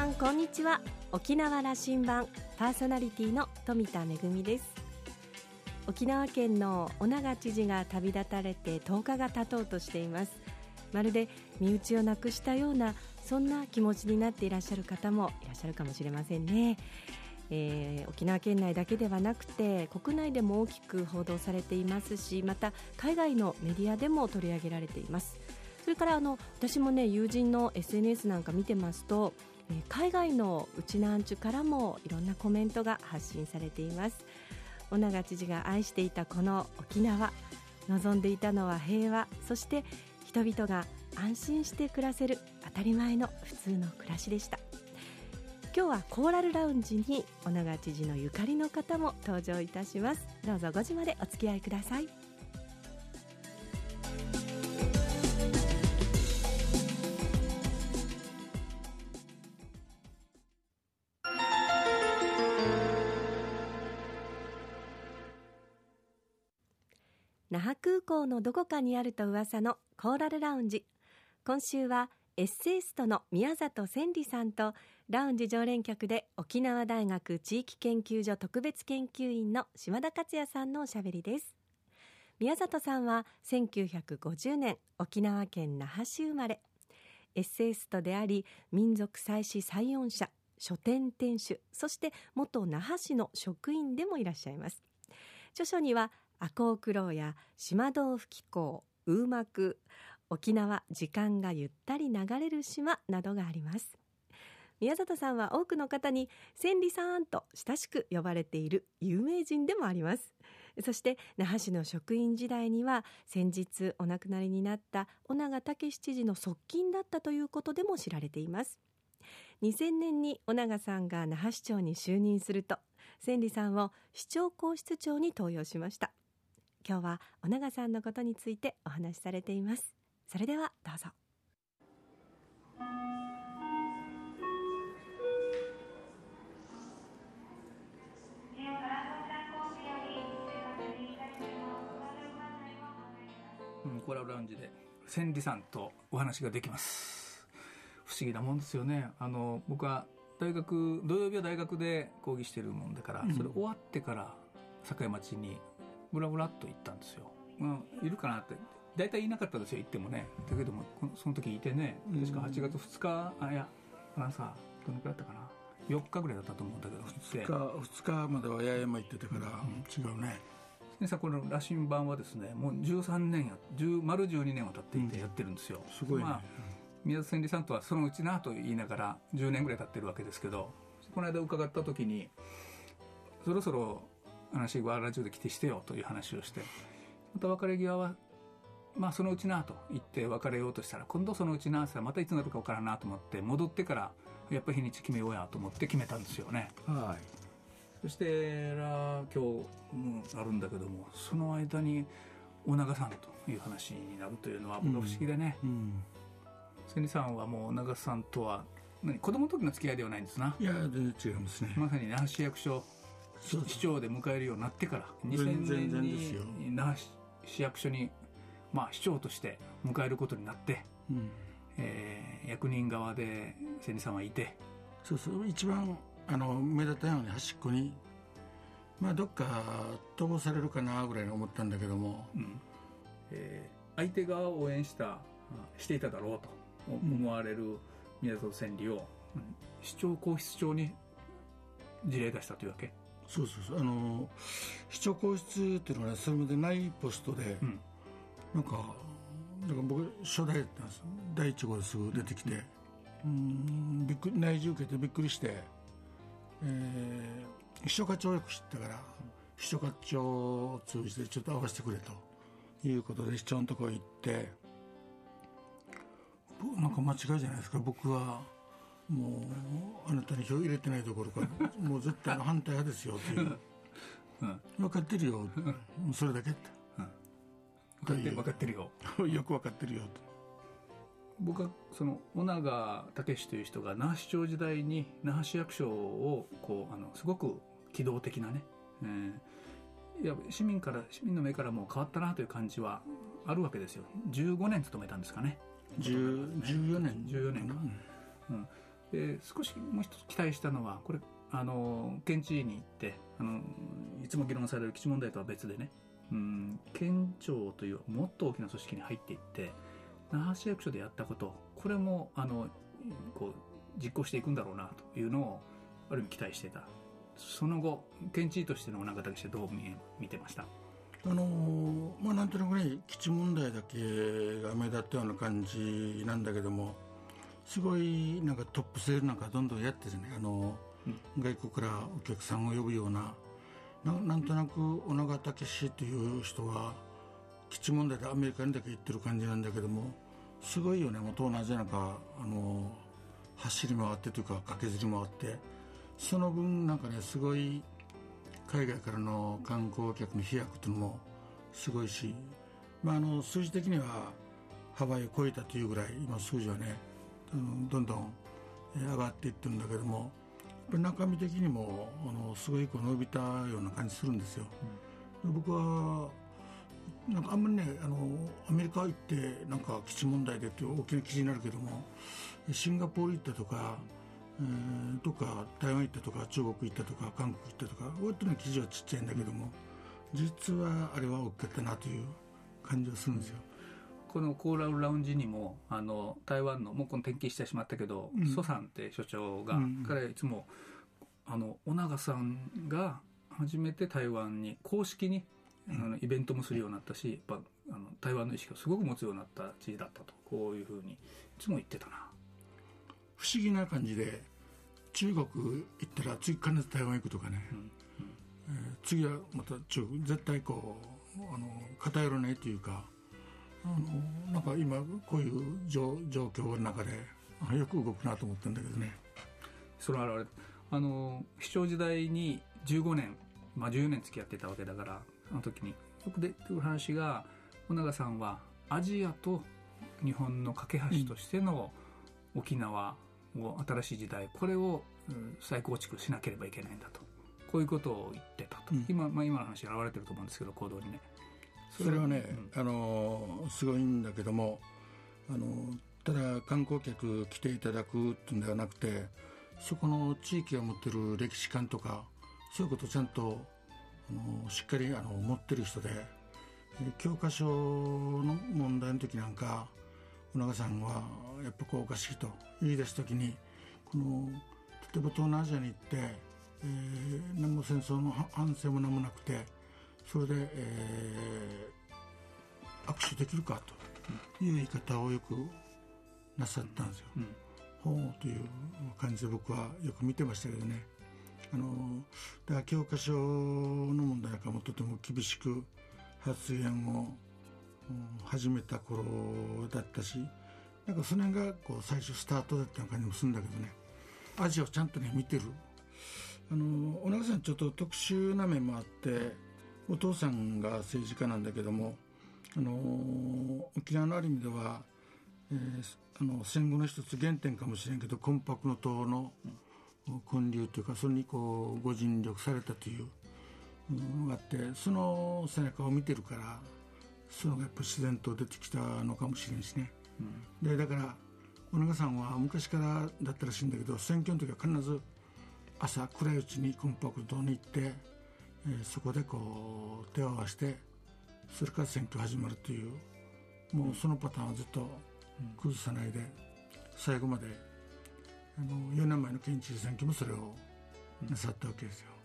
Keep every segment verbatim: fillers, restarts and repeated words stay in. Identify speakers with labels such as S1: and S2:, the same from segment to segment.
S1: さんこんにちは。沖縄羅針盤パーソナリティの富田恵です。沖縄県の尾長知事が旅立たれてとおかが経とうとしています。まるで身内を亡くしたようなそんな気持ちになっていらっしゃる方もいらっしゃるかもしれませんね。えー、沖縄県内だけではなくて国内でも大きく報道されていますし、また海外のメディアでも取り上げられています。それからあの私もね、友人の エスエヌエス なんか見てますと、えー、海外のうちなんちゅからもいろんなコメントが発信されています。尾長知事が愛していたこの沖縄、望んでいたのは平和、そして人々が安心して暮らせる当たり前の普通の暮らしでした。今日はコーラルラウンジに尾長知事のゆかりの方も登場いたします。どうぞごじまでお付き合いください。那覇空港のどこかにあると噂のコーラルラウンジ。今週はエッセイストの宮里千里さんとラウンジ常連客で沖縄大学地域研究所特別研究員の島田克也さんのおしゃべりです。宮里さんはせんきゅうひゃくごじゅうねん沖縄県那覇市生まれ、エッセイストであり民族祭祀祭音社、書店店主、そして元那覇市の職員でもいらっしゃいます。著書には赤穂苦労や島豆腐紀行、ウーマク、沖縄時間がゆったり流れる島などがあります。宮里さんは多くの方に千里さんと親しく呼ばれている有名人でもあります。そして那覇市の職員時代には先日お亡くなりになった尾長武知事の側近だったということでも知られています。にせんねんに尾長さんが那覇市長に就任すると千里さんを市長公室長に登用しました。今日は尾長さんのことについてお話しされています。それではどうぞ。
S2: うん、コーラルラウンジで千里さんとお話ができます。不思議なもんですよね。あの僕は大学土曜日は大学で講義してるもんだから、うん、それ終わってから栄町にブラブラっと行ったんですよ。まあ、いるかなって大体いなかったですよ、行ってもね。だけどもその時いてね、確かはちがつふつか、あ、いやあのさどのくらいだったかな、よっかぐらいだったと思うんだけど、ふつか、
S3: ふつかまでは八重山行ってたから、うん、違うね。
S2: でさ、この羅針盤はですね、もうじゅうさんねんや丸じゅうにねんは経っていてやってるんですよ、うん、
S3: すごいね、まあ、
S2: 宮里千里さんとはそのうちなと言いながらじゅうねんぐらい経ってるわけですけど、この間伺った時にそろそろ話はラジオで来てしてよという話をして、また別れ際はまあそのうちなと言って別れようとしたら、今度そのうちなってまたいつになるか分からんなと思って、戻ってからやっぱり日にち決めようやと思って決めたんですよね。
S3: はい。
S2: そして今日もあるんだけども、その間に尾長さんという話になるというのは僕は不思議でね、うんうん、千里さんはもう尾長さんとは何子供の時の付き合いではないんですな。
S3: いや全然違いますね。
S2: まさに那覇市役所市長で迎えるようになってからにせんねんに那覇市役所にまあ、市長として迎えることになって、うんえー、役人側で千里さんはいて、
S3: そうそう一番あの目立ったように端っこに、まあ、どっか飛ばされるかなぐらいに思ったんだけども、うん
S2: えー、相手側を応援したしていただろうと思われる宮里千里を、うん、市長公室長に辞令出したというわけ。
S3: そうそうそう、あの市長公室っていうのは、ね、それまでないポストで、うんなんか、なんか僕初代だったんです。第一号ですぐ出てきて、うん、びっくり内示受けてびっくりして、えー、秘書課長をよく知ったから、秘書課長を通じてちょっと会わせてくれということで市長のところへ行って、なんか間違いじゃないですか。僕はもうあなたに票入れてないどころかもう絶対反対派ですよっていう、うん、分かってるよそれだけって
S2: 分かってる分かってるよ
S3: よく分かってるよと。
S2: 僕はその尾長武という人が那覇市長時代に那覇市役所をこうあのすごく機動的なね、えー、いや市民から市民の目からも変わったなという感じはあるわけですよ。じゅうごねん勤めたんですかね。
S3: じゅうよねん
S2: じゅうよねんか、うんうん、 で少しもう一つ期待したのはこれあの県知事に行ってあのいつも議論される基地問題とは別でね、うん、県庁というもっと大きな組織に入っていって那覇市役所でやったことこれもあのこう実行していくんだろうなというのをある意味期待していた。その後県知事としての永田記者どう 見, 見てました？
S3: あのまあ、なんとなくね基地問題だけが目立ったような感じなんだけどもすごいなんかトップセールなんかどんどんやってですねあの、うん、外国からお客さんを呼ぶような な, なんとなく尾長武氏という人は基地問題でアメリカにだけ行ってる感じなんだけどもすごいよね。もう東南アジアなんかあの走り回ってというか駆けずり回ってその分なんかねすごい海外からの観光客の飛躍というのもすごいし、まあ、あの数字的にはハワイを超えたというぐらい今数字はねどんどん上がっていってるんだけどもやっぱり中身的にもあのすごいこう伸びたような感じするんですよ、うん、僕はなんかあんまりねあのアメリカ行ってなんか基地問題でって大きな記事になるけどもシンガポール行ったとかえー、とか台湾行ったとか中国行ったとか韓国行ったとか割とね記事はちっちゃいんだけども実はあれは大きかったなという感じがするんですよ。
S2: このコーラルラウンジにもあの台湾のもうこの転勤してしまったけど、うん、蘇さんって所長が、うん、彼はいつもあの尾長さんが初めて台湾に公式に、うん、あのイベントもするようになったしやっぱあの台湾の意識をすごく持つようになった知事だったとこういうふうにいつも言ってたな。
S3: 不思議な感じで中国行ったら次必ず台湾行くとかね、うんうんえー、次はまた中国絶対こうあの偏らないというかあのなんか今こういう状況の中でよく動くなと思ってるんだけどね。
S2: その表れあの市長時代にじゅうごねん、まあ、じゅうよねん付き合ってたわけだからあの時によく出てくる話が尾長さんはアジアと日本の架け橋としての沖縄を新しい時代これを、うん、再構築しなければいけないんだとこういうことを言ってたと、うん 今, まあ、今の話に表れてると思うんですけど行動にね
S3: それはね、うん、あのすごいんだけどもあのただ観光客来ていただくっていうんではなくてそこの地域が持ってる歴史観とかそういうことをちゃんとあのしっかりあの持ってる人で教科書の問題の時なんか尾長さんはやっぱこうおかしいと言い出すときにこの例えば東南アジアに行って、えー、何も戦争の反省も何もなくてそれで、えー、握手できるかという言い方をよくなさったんですよ、うん、ほうという感じで僕はよく見てましたけどねあのだから教科書の問題なんかもとても厳しく発言を始めた頃だったしなんかその辺がこう最初スタートだった感じもするんだけどねアジアをちゃんとね見てるあの尾長さんちょっと特殊な面もあってお父さんが政治家なんだけどもあの沖縄のある意味では、えー、あの戦後の一つ原点かもしれんけど魂魄の党の建立というかそれにこうご尽力されたというのがあってその背中を見てるからそのがやっぱ自然と出てきたのかもしれんしね、うん、でだから尾長さんは昔からだったらしいんだけど選挙の時は必ず朝暗いうちに魂魄の党に行って、えー、そこでこう手を合わせてそれから選挙始まるというもうそのパターンをずっと崩さないで最後まであのよねんまえの県知事選挙もそれをなさったわけですよ。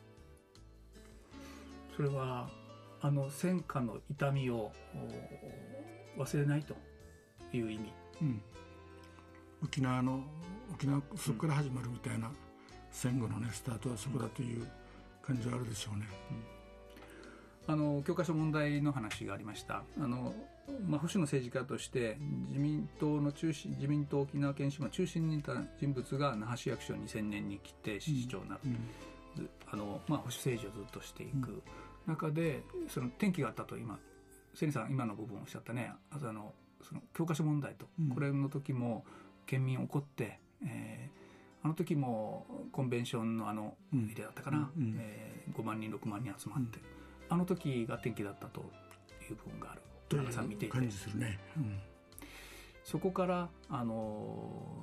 S2: それはあの戦火の痛みを忘れないという意味、うん、
S3: 沖縄の沖縄そこから始まるみたいな、うん、戦後のねスタートはそこだという感じはあるでしょうね、
S2: うん、あの教科書問題の話がありましたあの、まあ、保守の政治家として自民党の中心自民党沖縄県支部の中心にいた人物が那覇市役所にせんねんに来て市長になる、うんうんあのまあ、保守政治をずっとしていく、うん中でその転機があったと今千里さん今の部分をおっしゃったねあとあのその教科書問題と、うん、これの時も県民怒って、えー、あの時もコンベンションのあのエリアだったかな、うんえー、ごまんにんろくまんにん集まって、うん、あの時が転機だったという部分がある
S3: という感じするね、うん、
S2: そこからあの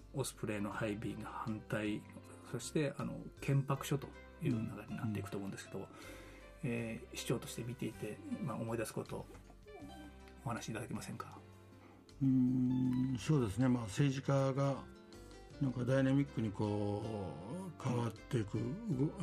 S2: オスプレイの配備が反対、そしてあの憲白書という流れになっていくと思うんですけど、うんえー、市長として見ていて、まあ、思い出すことをお話しいただけませんか。
S3: うーんそうですね、まあ、政治家がなんかダイナミックにこう変わっていく、うん、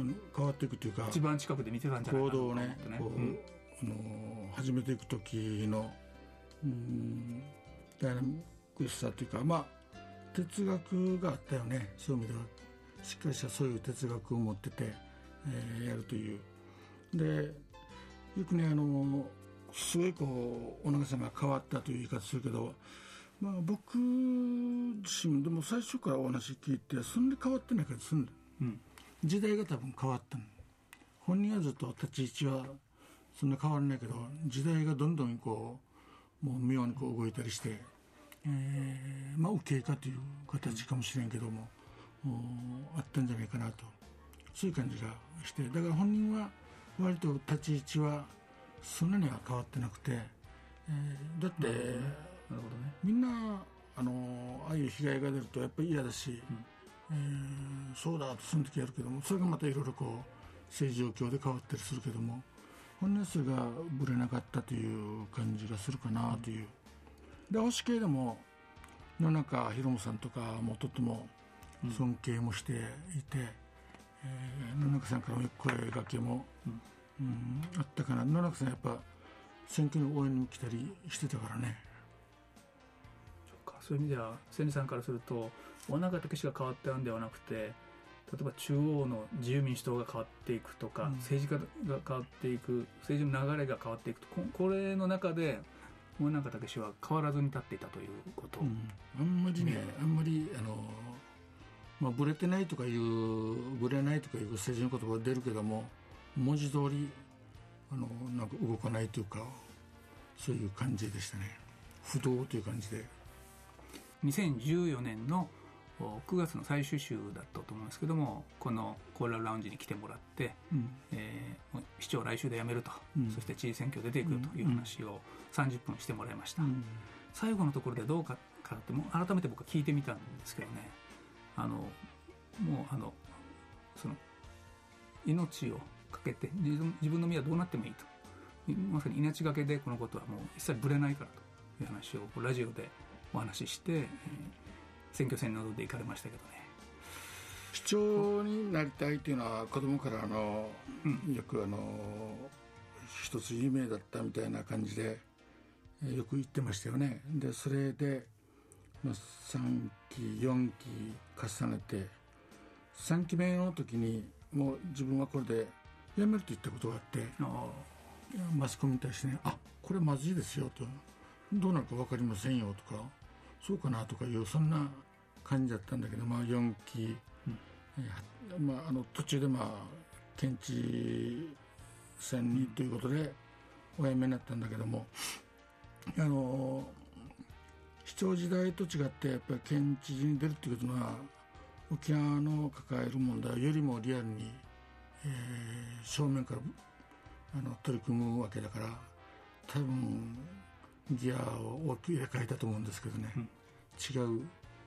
S3: 変わっていくというか
S2: 一番近くで見てたんじゃないかなと思ってね、
S3: 行動をねこう、うん、あの始めていく時のうんダイナミックさというか、まあ哲学があったよね。そういう意味ではしっかりしたそういう哲学を持ってて、えー、やるというでよくねあのすごいこう尾長さんが変わったという言い方するけど、まあ、僕自身でも最初からお話聞いてそんな変わってないからすんだ、うん、時代が多分変わったの。本人はずっと立ち位置はそんな変わらないけど時代がどんどんこうもう妙にこう動いたりして、えー、まあ右傾化という形かもしれんけども、うん、あったんじゃないかなとそういう感じがしてだから本人は割と立ち位置はそんなには変わってなくて、えー、だって、なるほどね、みんなあのああいう被害が出るとやっぱり嫌だし、うんえー、そうだとその時やるけどもそれがまたいろいろこう政治状況で変わったりするけども本人はそれがぶれなかったという感じがするかなという、うん、で保守系でも野中宏武さんとかもとっても尊敬もしていて、うんえー、野中さんからの声掛けも、うんうん、あったかな。野中さんやっぱ選挙に応援に来たりしてたからね。
S2: そうか、そういう意味では千里さんからすると尾長武が変わったんではなくて例えば中央の自由民主党が変わっていくとか、うん、政治家が変わっていく政治の流れが変わっていくと こ, これの中で尾長武は変わらずに立っていたということ、うん、
S3: あんまりね、うん、あんまりあのまあ、ブレてないとかいうブレないとかいう政治の言葉が出るけども文字通りあのなんか動かないというかそういう感じでしたね。不動という感じで
S2: にせんじゅうよねんのくがつの最終週だったと思うんですけどもこのコーラルラウンジに来てもらって、うんえー、市長来週で辞めると、うん、そして知事選挙出ていくという話をさんじゅっぷんしてもらいました、うん、最後のところでどうかかっても改めて僕は聞いてみたんですけどねあのもうあのその命をかけて自分、自分の身はどうなってもいいとまさに命がけでこのことはもう一切ぶれないからという話をラジオでお話しして、えー、選挙戦に臨んでいかれましたけどね。
S3: 市長になりたいというのは子供からの、うん、よくあの一つ夢だったみたいな感じでよく言ってましたよね。でそれでさんきよんき重ねてさんきめの時にもう自分はこれで辞めると言ったことがあってマスコミに対してねあこれまずいですよとどうなるか分かりませんよとかそうかなとかいうそんな感じだったんだけど、まあ、よんき、うんえまあ、あの途中でまあ県知選にということでお辞めになったんだけどもあの市長時代と違ってやっぱり県知事に出るっていうことは沖縄の抱える問題よりもリアルに、えー、正面からあの取り組むわけだから多分ギアを大きく入れ替えたと思うんですけどね、うん、違う、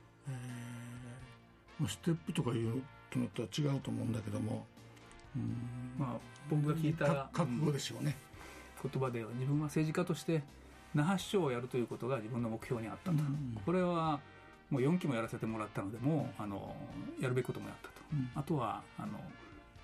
S3: えー、ステップとかいうのとは違うと思うんだけども、
S2: うんまあ、僕が聞いた
S3: 覚悟でしょうね、
S2: うん、言葉では自分は政治家として那覇市長をやるということが自分の目標にあったと、うん、これはもうよんきもやらせてもらったのでもうあのやるべきこともやったと、うん、あとはあの、うん、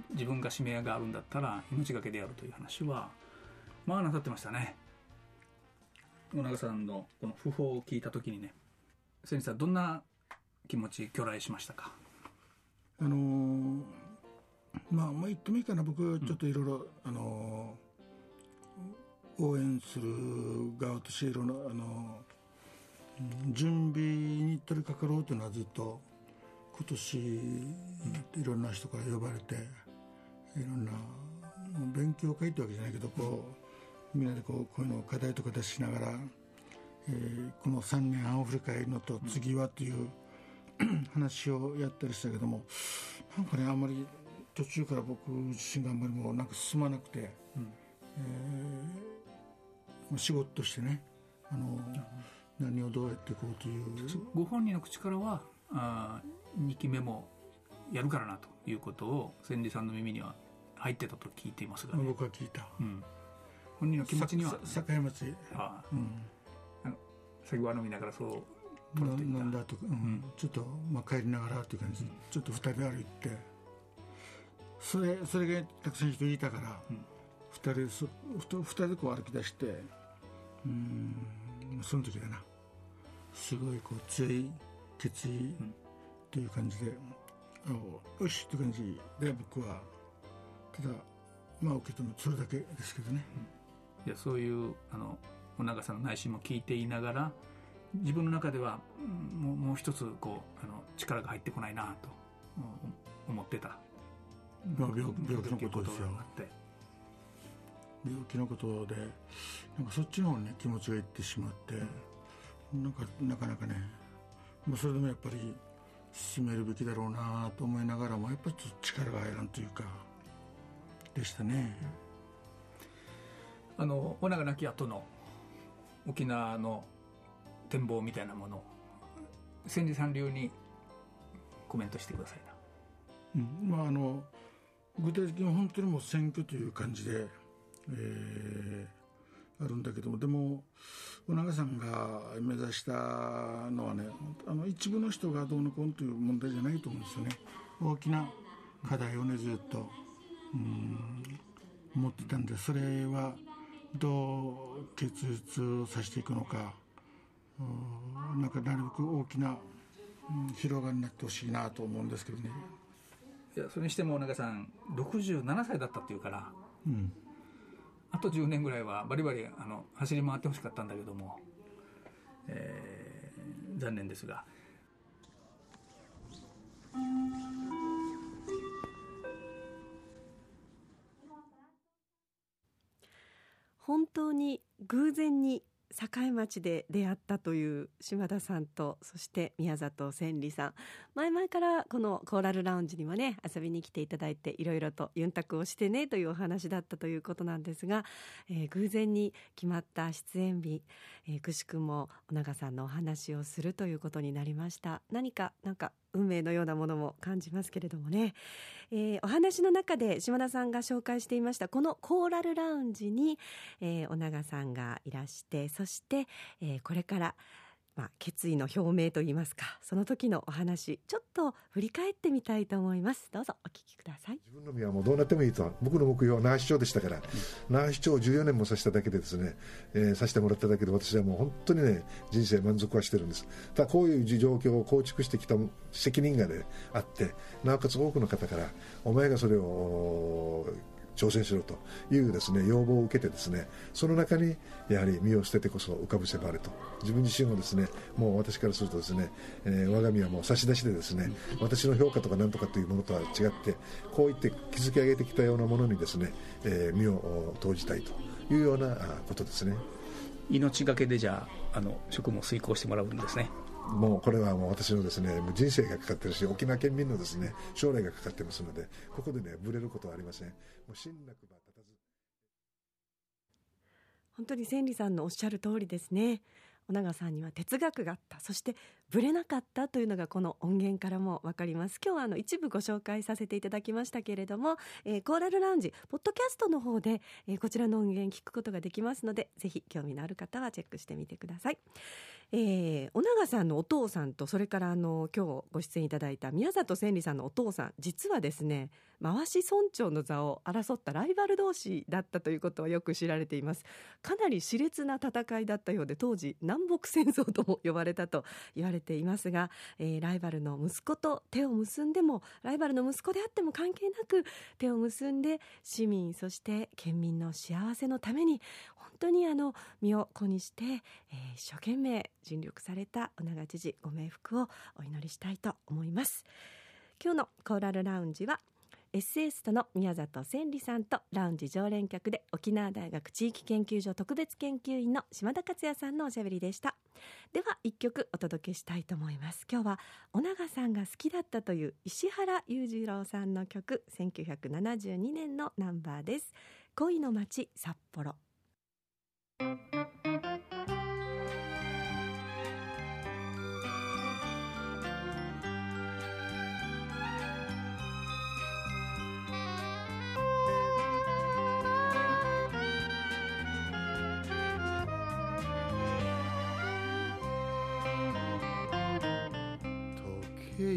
S2: 自分が使命があるんだったら命がけでやるという話はまあなさってましたね。尾長さんのこの訃報を聞いたときにね先生はどんな気持ち去来しましたか。
S3: あのー、まあまあ言ってもいいかな僕ちょっといろいろあのー応援する側としていろんな、あの準備に取り掛かろうというのはずっと今年いろんな人から呼ばれていろんな勉強会ってわけじゃないけどこうみんなでこうこういうのを課題とか出しながら、えー、このさんねんはんを振り返るのと次はという話をやったりしたけどもなんかねあんまり途中から僕自身があんまりもうなんか進まなくて、うんえー仕事としてねあの、うん、何をどうやっていこうという
S2: ご本人の口からはあにきめもやるからなということを千里さんの耳には入ってたと聞いていますが、ね、
S3: 僕は聞いた、うん、
S2: 本人の気持ちには
S3: 境町、
S2: ああ、うん、酒場飲みながらそう
S3: 飲んだと、うんうん、ちょっと、まあ、帰りながらという感じで、うん、ちょっとふたりで歩いて、それそれがたくさん人いたから、うん、ふたりでそふたりでこう歩き出して、うん、その時だな、すごいこう強い決意という感じで、うん、よしという感じで僕はただまあ受け止めそれだけですけどね、
S2: うん、いやそういうあの尾長さんの内心も聞いていながら、自分の中ではもう、もう一つこうあの力が入ってこないなと思ってた。
S3: 病, 病気のことですよ。病気のことでなんかそっちの方に、ね、気持ちがいってしまって、うん、なんかなかなかね、もうそれでもやっぱり進めるべきだろうなと思いながらも、やっぱりちょっと力が入らんというかでしたね。
S2: あの尾長亡き後の沖縄の展望みたいなものを千里さん流にコメントしてくださいな。
S3: うん、まああの具体的に本当にもう選挙という感じで、えー、あるんだけども、でも尾長さんが目指したのはね、あの一部の人がどうのこうのという問題じゃないと思うんですよね。大きな課題をねずっとうん持ってたんで、それはどう結実させていくのか、なんかなるべく大きな、うん、広がりになってほしいなと思うんですけどね。
S2: いやそれにしても尾長さんろくじゅうななさいだったっていうから、
S3: うん、
S2: あとじゅうねんぐらいはバリバリあの走り回ってほしかったんだけども、えー、残念ですが。
S1: 本当に偶然に境町で出会ったという島田さんと、そして宮里千里さん、前々からこのコーラルラウンジにもね遊びに来ていただいて、いろいろとユンタクをしてねというお話だったということなんですが、えー、偶然に決まった出演日、えー、くしくも尾長さんのお話をするということになりました。何かなんか運命のようなものも感じますけれどもね、えー、お話の中で島田さんが紹介していましたこのコーラルラウンジに、えー、尾長さんがいらして、そして、えー、これから、まあ、決意の表明といいますか、その時のお話ちょっと振り返ってみたいと思います。どうぞお聞きください。
S4: 自分の身はもうどうなってもいいと、僕の目標は那覇市長でしたから、うん、那覇市長をじゅうよねんもさせただけでですね、えー、させてもらっただけで私はもう本当にね人生満足はしてるんです。ただこういう状況を構築してきた責任がねあって、なおかつ多くの方からお前がそれを挑戦しろというですね要望を受けてですね、その中にやはり身を捨ててこそ浮かぶせばあると、自分自身をですねもう私からするとですね、えー、我が身はもう差し出しでですね、私の評価とか何とかというものとは違って、こう言って築き上げてきたようなものにですね、えー、身を投じたいというようなことですね。
S2: 命がけでじゃあ、あの職務を遂行してもらうんですね。
S4: もうこれはもう私のですね人生がかかってるし、沖縄県民のですね将来がかかってますので、ここでねぶれることはありません。もう心なくば立たず。
S1: 本当に千里さんのおっしゃる通りですね。尾長さんには哲学があった、そしてぶれなかったというのがこの音源からも分かります。今日はあの一部ご紹介させていただきましたけれども、えー、コーラルラウンジポッドキャストの方で、えー、こちらの音源聞くことができますので、ぜひ興味のある方はチェックしてみてください。えー、尾長さんのお父さんと、それからあの今日ご出演いただいた宮里千里さんのお父さん、実はですね回し村長の座を争ったライバル同士だったということはよく知られています。かなり熾烈な戦いだったようで、当時南北戦争とも呼ばれたと言われていますが、えー、ライバルの息子と手を結んでも、ライバルの息子であっても関係なく手を結んで、市民そして県民の幸せのために本当にあの身を粉にして、えー、一生懸命尽力された尾長知事、ご冥福をお祈りしたいと思います。今日のコーラルラウンジはエッセイストの宮里千里さんとラウンジ常連客で沖縄大学地域研究所特別研究員の島田克也さんのおしゃべりでした。では一曲お届けしたいと思います。今日は尾長さんが好きだったという石原裕次郎さんの曲、せんきゅうひゃくななじゅうにねんのナンバーです。恋の街札幌。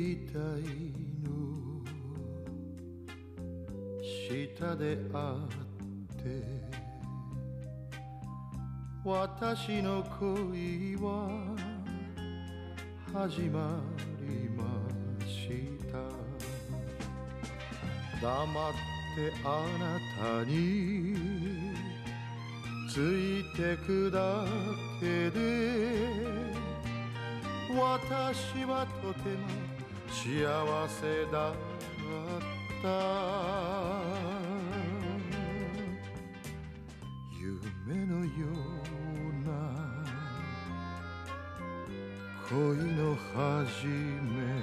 S5: いたいの下で会って私の恋は始まりました黙ってあなたについてくだけで私はとても幸せだった夢のような恋の始め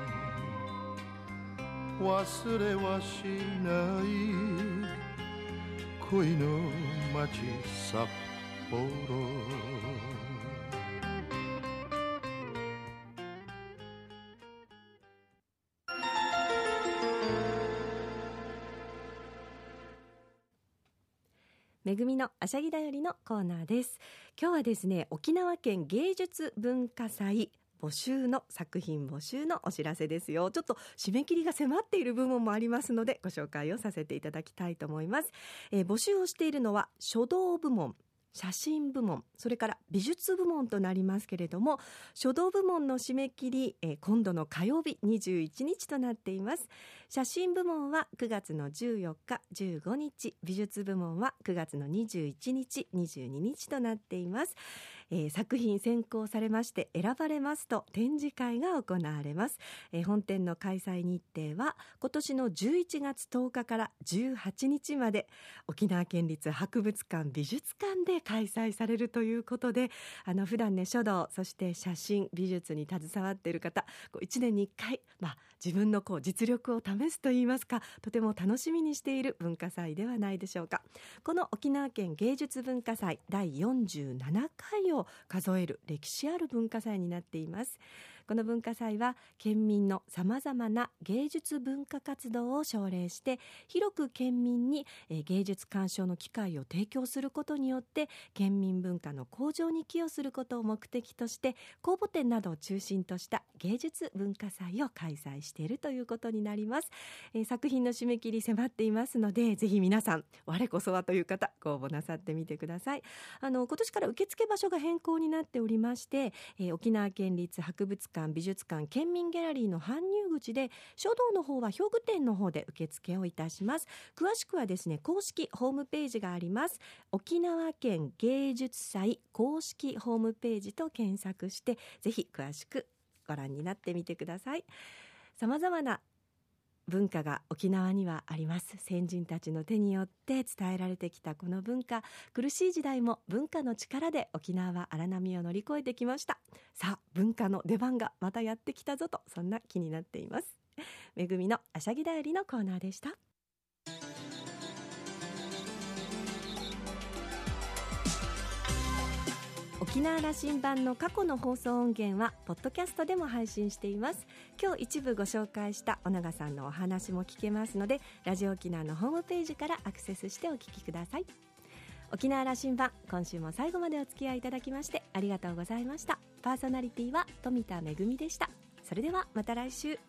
S5: 忘れはしない恋の街札幌
S1: めぐみのあしゃぎだよりのコーナーです。今日はですね、沖縄県芸術文化祭募集の作品募集のお知らせですよ。ちょっと締め切りが迫っている部分もありますのでご紹介をさせていただきたいと思います。えー、募集をしているのは書道部門、写真部門、それから美術部門となりますけれども、書道部門の締め切り、えー、今度の火曜日にじゅういちにちとなっています。写真部門はくがつのじゅうよっか、じゅうごにち、美術部門はくがつのにじゅういちにち、にじゅうににちとなっています。えー、作品選考されまして選ばれますと展示会が行われます。えー、本展の開催日程は今年のじゅういちがつとおかからじゅうはちにちまで沖縄県立博物館美術館で開催されるということで、あの普段ね書道そして写真美術に携わっている方、こういちねんにいっかい、まあ、自分のこう実力を試すといいますか、とても楽しみにしている文化祭ではないでしょうか。この沖縄県芸術文化祭だいよんじゅうななかいを数える歴史ある文化祭になっています。この文化祭は県民のさまざまな芸術文化活動を奨励して広く県民に芸術鑑賞の機会を提供することによって県民文化の向上に寄与することを目的として公募展などを中心とした芸術文化祭を開催しているということになります。えー、作品の締め切り迫っていますので、ぜひ皆さん我こそはという方ご応募なさってみてください。あの今年から受付場所が変更になっておりまして、えー、沖縄県立博物館美術館県民ギャラリーの搬入口で、書道の方は表具店の方で受付をいたします。詳しくはですね、公式ホームページがあります。沖縄県芸術祭公式ホームページと検索して、ぜひ詳しくご覧になってみてください。さまざまな文化が沖縄にはあります。先人たちの手によって伝えられてきたこの文化、苦しい時代も文化の力で沖縄は荒波を乗り越えてきました。さあ、文化の出番がまたやってきたぞと、そんな気になっています。めぐみのあしゃぎだよりのコーナーでした。沖縄羅針盤の過去の放送音源はポッドキャストでも配信しています。今日一部ご紹介した小永さんのお話も聞けますので、ラジオ沖縄のホームページからアクセスしてお聞きください。沖縄羅針盤、今週も最後までお付き合いいただきましてありがとうございました。パーソナリティは富田恵でした。それではまた来週。